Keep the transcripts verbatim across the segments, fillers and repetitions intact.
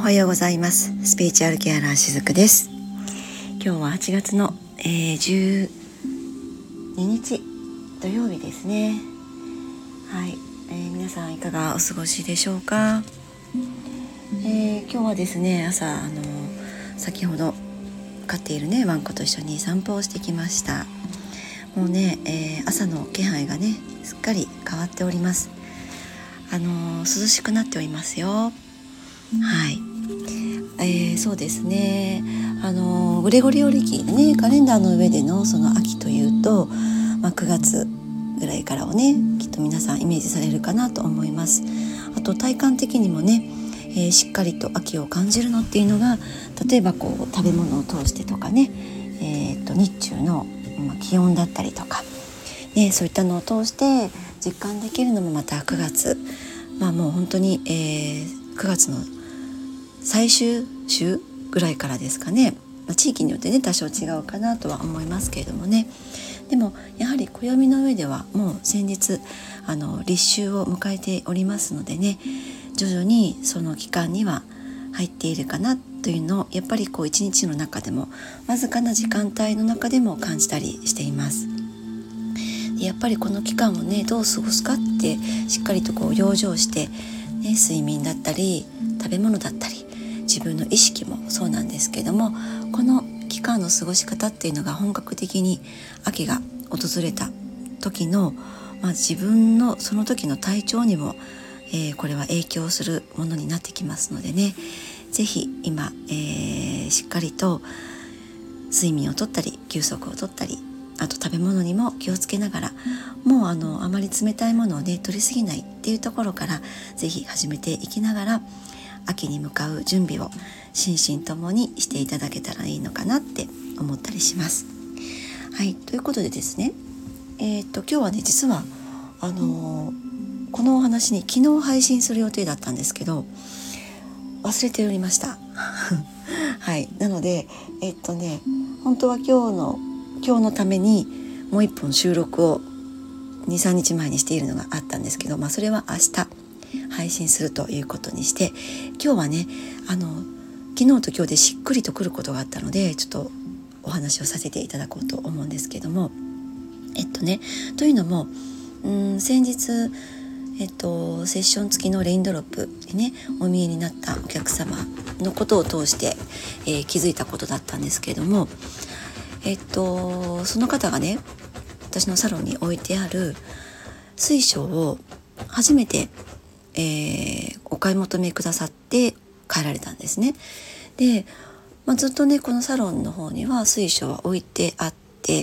はようございます。スピリチュアルケアラーしずくです。今日ははちがつの、えー、じゅうににち土曜日ですね。はい、えー、皆さんいかがお過ごしでしょうか。えー、今日はですね、朝あの先ほど飼っているねワンコと一緒に散歩をしてきました。もうね、えー、朝の気配がねすっかり変わっております。あのー、涼しくなっておりますよ。はい、えー、そうですね、あのグレゴリオ暦でねカレンダーの上でのその秋というと、まあ、くがつぐらいからをねきっと皆さんイメージされるかなと思います。あと体感的にもね、えー、しっかりと秋を感じるのっていうのが、例えばこう食べ物を通してとかね、えー、と日中の、まあ、気温だったりとか、ね、そういったのを通して実感できるのもまたくがつ、まあもう本当に、えー、くがつの最終週ぐらいからですかね、まあ、地域によってね多少違うかなとは思いますけれどもね。でもやはり暦の上ではもう先日あの立秋を迎えておりますのでね、徐々にその期間には入っているかなというのをやっぱりこう一日の中でもわずかな時間帯の中でも感じたりしています。でやっぱりこの期間をねどう過ごすかってしっかりとこう養生して、ね、睡眠だったり食べ物だったり自分の意識もそうなんですけども、この期間の過ごし方っていうのが本格的に秋が訪れた時の、まあ、自分のその時の体調にも、えー、これは影響するものになってきますのでね、ぜひ今、えー、しっかりと睡眠をとったり休息をとったり、あと食べ物にも気をつけながら、もうあのあまり冷たいものをね取りすぎないっていうところからぜひ始めていきながら秋に向かう準備を心身ともにしていただけたらいいのかなって思ったりします。はい、ということでですね、えー、っと今日はね実はあのー、このお話に昨日配信する予定だったんですけど忘れておりましたはい、なのでえー、っとね本当は今日の今日のためにもう一本収録をにさんにちまえにしているのがあったんですけど、まあ、それは明日配信するということにして、今日はねあの昨日と今日でしっくりとくることがあったのでちょっとお話をさせていただこうと思うんですけども、えっとねというのもうん先日えっとセッション付きのレインドロップでねお見えになったお客様のことを通して、えー、気づいたことだったんですけれども、えっとその方がね私のサロンに置いてある水晶を初めてえー、お買い求めくださって帰られたんですね。で、まあ、ずっとねこのサロンの方には水晶は置いてあって、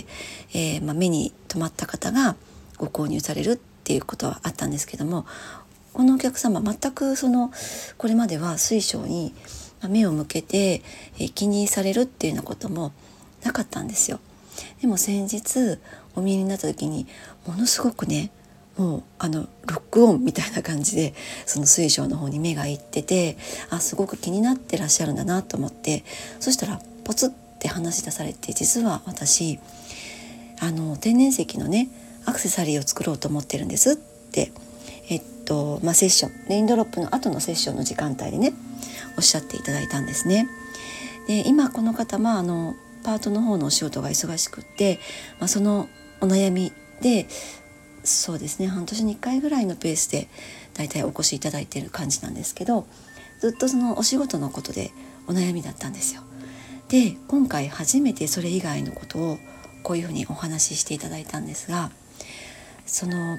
えーまあ、目に留まった方がご購入されるっていうことはあったんですけども、このお客様全くそのこれまでは水晶に目を向けて、えー、気にされるっていうようなこともなかったんですよ。でも先日お見えになった時にものすごくねもうあのロックオンみたいな感じでその水晶の方に目がいってて、あすごく気になってらっしゃるんだなと思って、そしたらポツって話し出されて、実は私あの天然石のねアクセサリーを作ろうと思ってるんですってえっとまあセッションレインドロップの後のセッションの時間帯でねおっしゃっていただいたんですね。で今この方はあのパートの方のお仕事が忙しくって、まあ、そのお悩みでそうですね半年にいっかいぐらいのペースでだいたいお越しいただいている感じなんですけど、ずっとそのお仕事のことでお悩みだったんですよ。で今回初めてそれ以外のことをこういうふうにお話ししていただいたんですが、その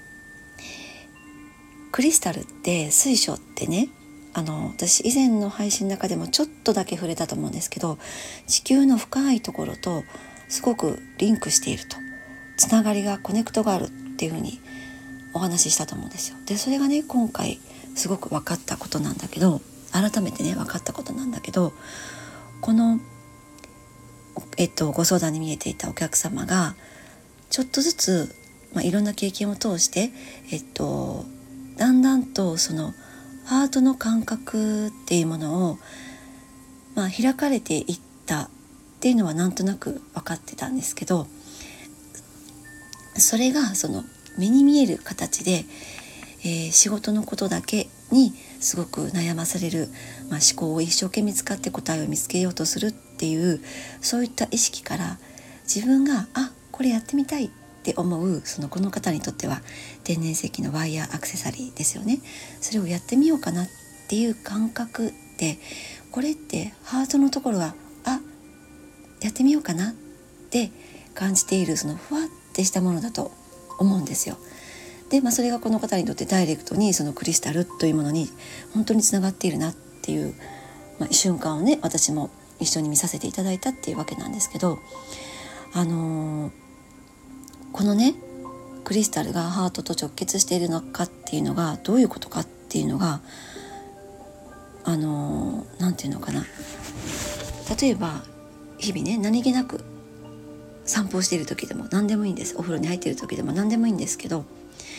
クリスタルって水晶ってね、あの私以前の配信の中でもちょっとだけ触れたと思うんですけど、地球の深いところとすごくリンクしていると、つながりがコネクトがあるっていうふうにお話ししたと思うんですよ。でそれがね今回すごく分かったことなんだけど、改めてね分かったことなんだけど、この、えっと、ご相談に見えていたお客様がちょっとずつ、まあ、いろんな経験を通して、えっと、だんだんとそのハートの感覚っていうものを、まあ、開かれていったっていうのはなんとなく分かってたんですけど、それがその目に見える形でえー、仕事のことだけにすごく悩まされる、まあ、思考を一生懸命使って答えを見つけようとするっていう、そういった意識から自分があこれやってみたいって思う、そのこの方にとっては天然石のワイヤーアクセサリーですよね。それをやってみようかなっていう感覚で、これってハートのところがあやってみようかなって感じている、そのふわってしたものだと思うんですよ。で、まあ、それがこの方にとってダイレクトにそのクリスタルというものに本当につながっているなっていう、まあ、瞬間をね私も一緒に見させていただいたっていうわけなんですけど、あのー、このねクリスタルがハートと直結しているのかっていうのがどういうことかっていうのが、あのー、なんていうのかな、例えば日々ね何気なく散歩している時でも何でもいいんです。お風呂に入っている時でも何でもいいんですけど、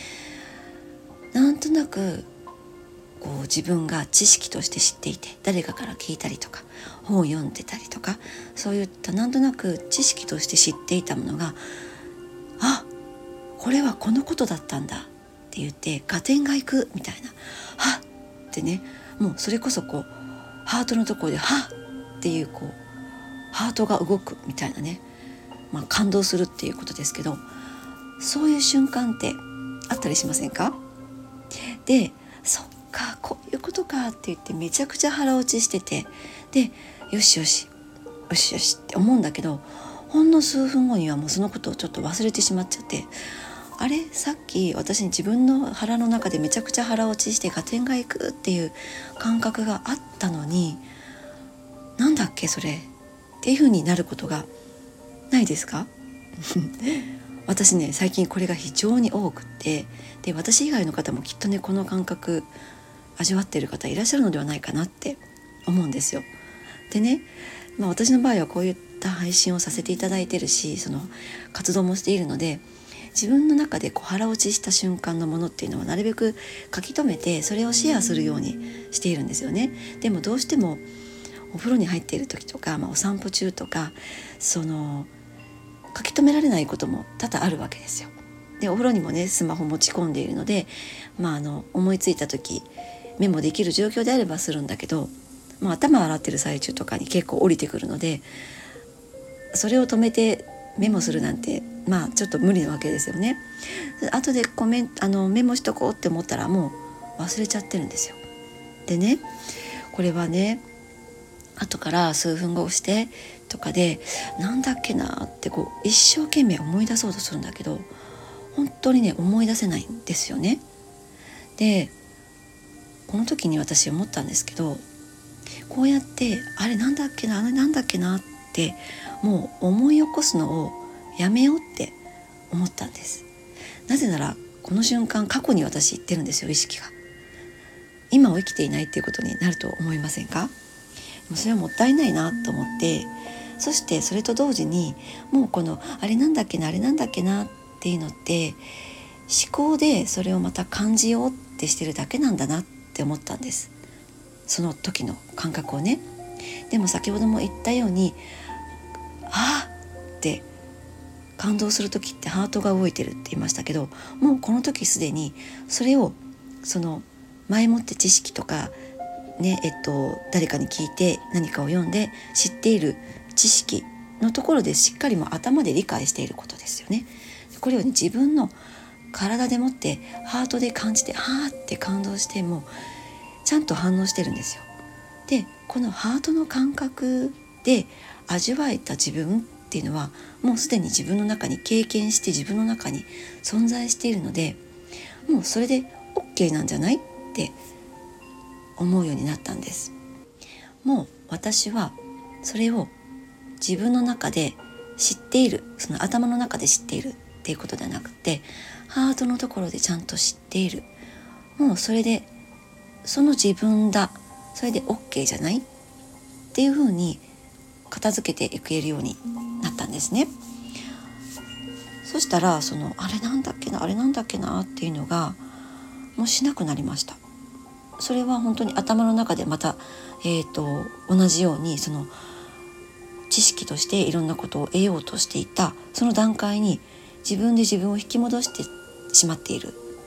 なんとなくこう自分が知識として知っていて誰かから聞いたりとか本を読んでたりとか、そういったなんとなく知識として知っていたものがあこれはこのことだったんだって言って合点がいくみたいな、はっってね、もうそれこそこうハートのところではっっていうこうハートが動くみたいなね、まあ、感動するっていうことですけど、そういう瞬間ってあったりしませんか？で、そっかこういうことかって言ってめちゃくちゃ腹落ちしてて、でよしよしよしよしって思うんだけど、ほんの数分後にはもうそのことをちょっと忘れてしまっちゃって、あれさっき私に自分の腹の中でめちゃくちゃ腹落ちして合点がいくっていう感覚があったのに、なんだっけそれっていう風になることがないですか？私ね最近これが非常に多くって、で私以外の方もきっとねこの感覚味わっている方いらっしゃるのではないかなって思うんですよ。でね、まあ、私の場合はこういった配信をさせていただいているし、その活動もしているので、自分の中でこう腹落ちした瞬間のものっていうのはなるべく書き留めてそれをシェアするようにしているんですよね。でもどうしてもお風呂に入っている時とか、まあ、お散歩中とかその書き留められないことも多々あるわけですよ。でお風呂にもねスマホ持ち込んでいるので、まあ、あの思いついた時メモできる状況であればするんだけど、まあ、頭洗ってる最中とかに結構降りてくるので、それを止めてメモするなんてまあちょっと無理なわけですよね。後でコメントあのメモしとこうって思ったらもう忘れちゃってるんですよ。でねこれはね後から数分後してとかでなんだっけなってこう一生懸命思い出そうとするんだけど本当にね思い出せないんですよね。でこの時に私思ったんですけど、こうやってあれなんだっけなあれなんだっけなってもう思い起こすのをやめようって思ったんです。なぜならこの瞬間過去に私言ってるんですよ。意識が今を生きていないっていうことになると思いませんか？でもそれはもったいないなと思って、そしてそれと同時にもうこのあれなんだっけなあれなんだっけなっていうのって思考でそれをまた感じようってしてるだけなんだなって思ったんです。その時の感覚をね。でも先ほども言ったようにあーって感動する時ってハートが動いてるって言いましたけど、もうこの時すでにそれをその前もって知識とかねえっと誰かに聞いて何かを読んで知っている知識のところでしっかりも頭で理解していることですよね。これを、ね、自分の体でもってハートで感じてはーって感動してもちゃんと反応してるんですよ。でこのハートの感覚で味わえた自分っていうのはもうすでに自分の中に経験して自分の中に存在しているので、もうそれで OK なんじゃないって思うようになったんです。もう私はそれを自分の中で知っている、その頭の中で知っているっていうことではなくてハートのところでちゃんと知っている、もうそれでその自分だ、それで OK じゃないっていうふうに片付けていけるようになったんですね。そしたらそのあれなんだっけなあれなんだっけなっていうのがもうしなくなりました。それは本当に頭の中でまた、えーと、同じようにその知識としていろんなことを得ようとしていたその段階に自分で自分を引き戻してしまっている。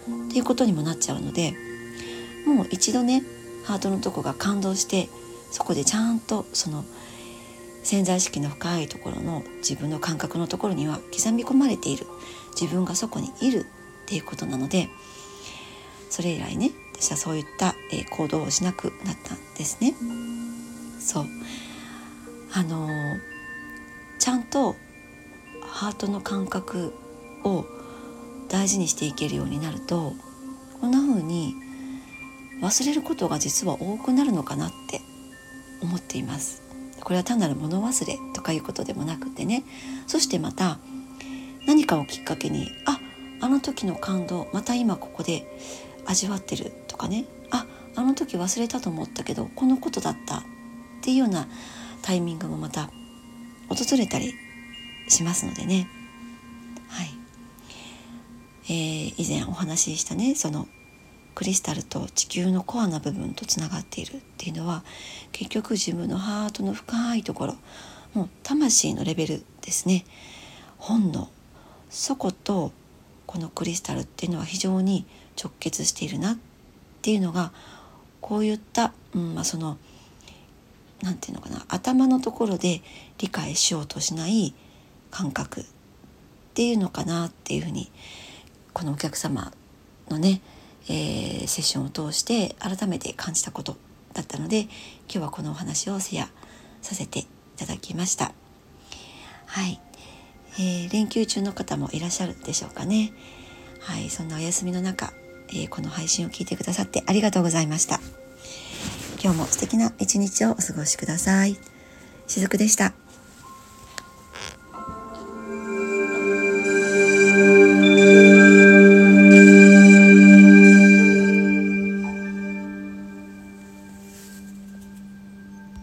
っていうことにもなっちゃうので、もう一度ねハートのとこが感動して、そこでちゃんとその潜在意識の深いところの自分の感覚のところには刻み込まれている、自分がそこにいるっていうことなので、それ以来ね私はそういった、えー、行動をしなくなったんですね。そうあのー、ちゃんとハートの感覚を大事にしていけるようになると、こんな風に忘れることが実は多くなるのかなって思っています。これは単なる物忘れとかいうことでもなくてね、そしてまた何かをきっかけに、あ、あの時の感動また今ここで味わってるとかね、あ、あの時忘れたと思ったけどこのことだったっていうようなタイミングもまた訪れたりしますのでね。はい、えー、以前お話ししたね、そのクリスタルと地球のコアな部分とつながっているっていうのは、結局自分のハートの深いところ、もう魂のレベルですね。本能、そことこのクリスタルっていうのは非常に直結しているなっていうのが、こういった、うんまあ、そのなんていうのかな、頭のところで理解しようとしない感覚っていうのかなっていうふうに、このお客様のね、えー、セッションを通して改めて感じたことだったので、今日はこのお話をシェアさせていただきました。はい、えー、連休中の方もいらっしゃるでしょうかね。はい、そんなお休みの中、えー、この配信を聞いてくださってありがとうございました。今日も素敵な一日をお過ごしください。しずくでした。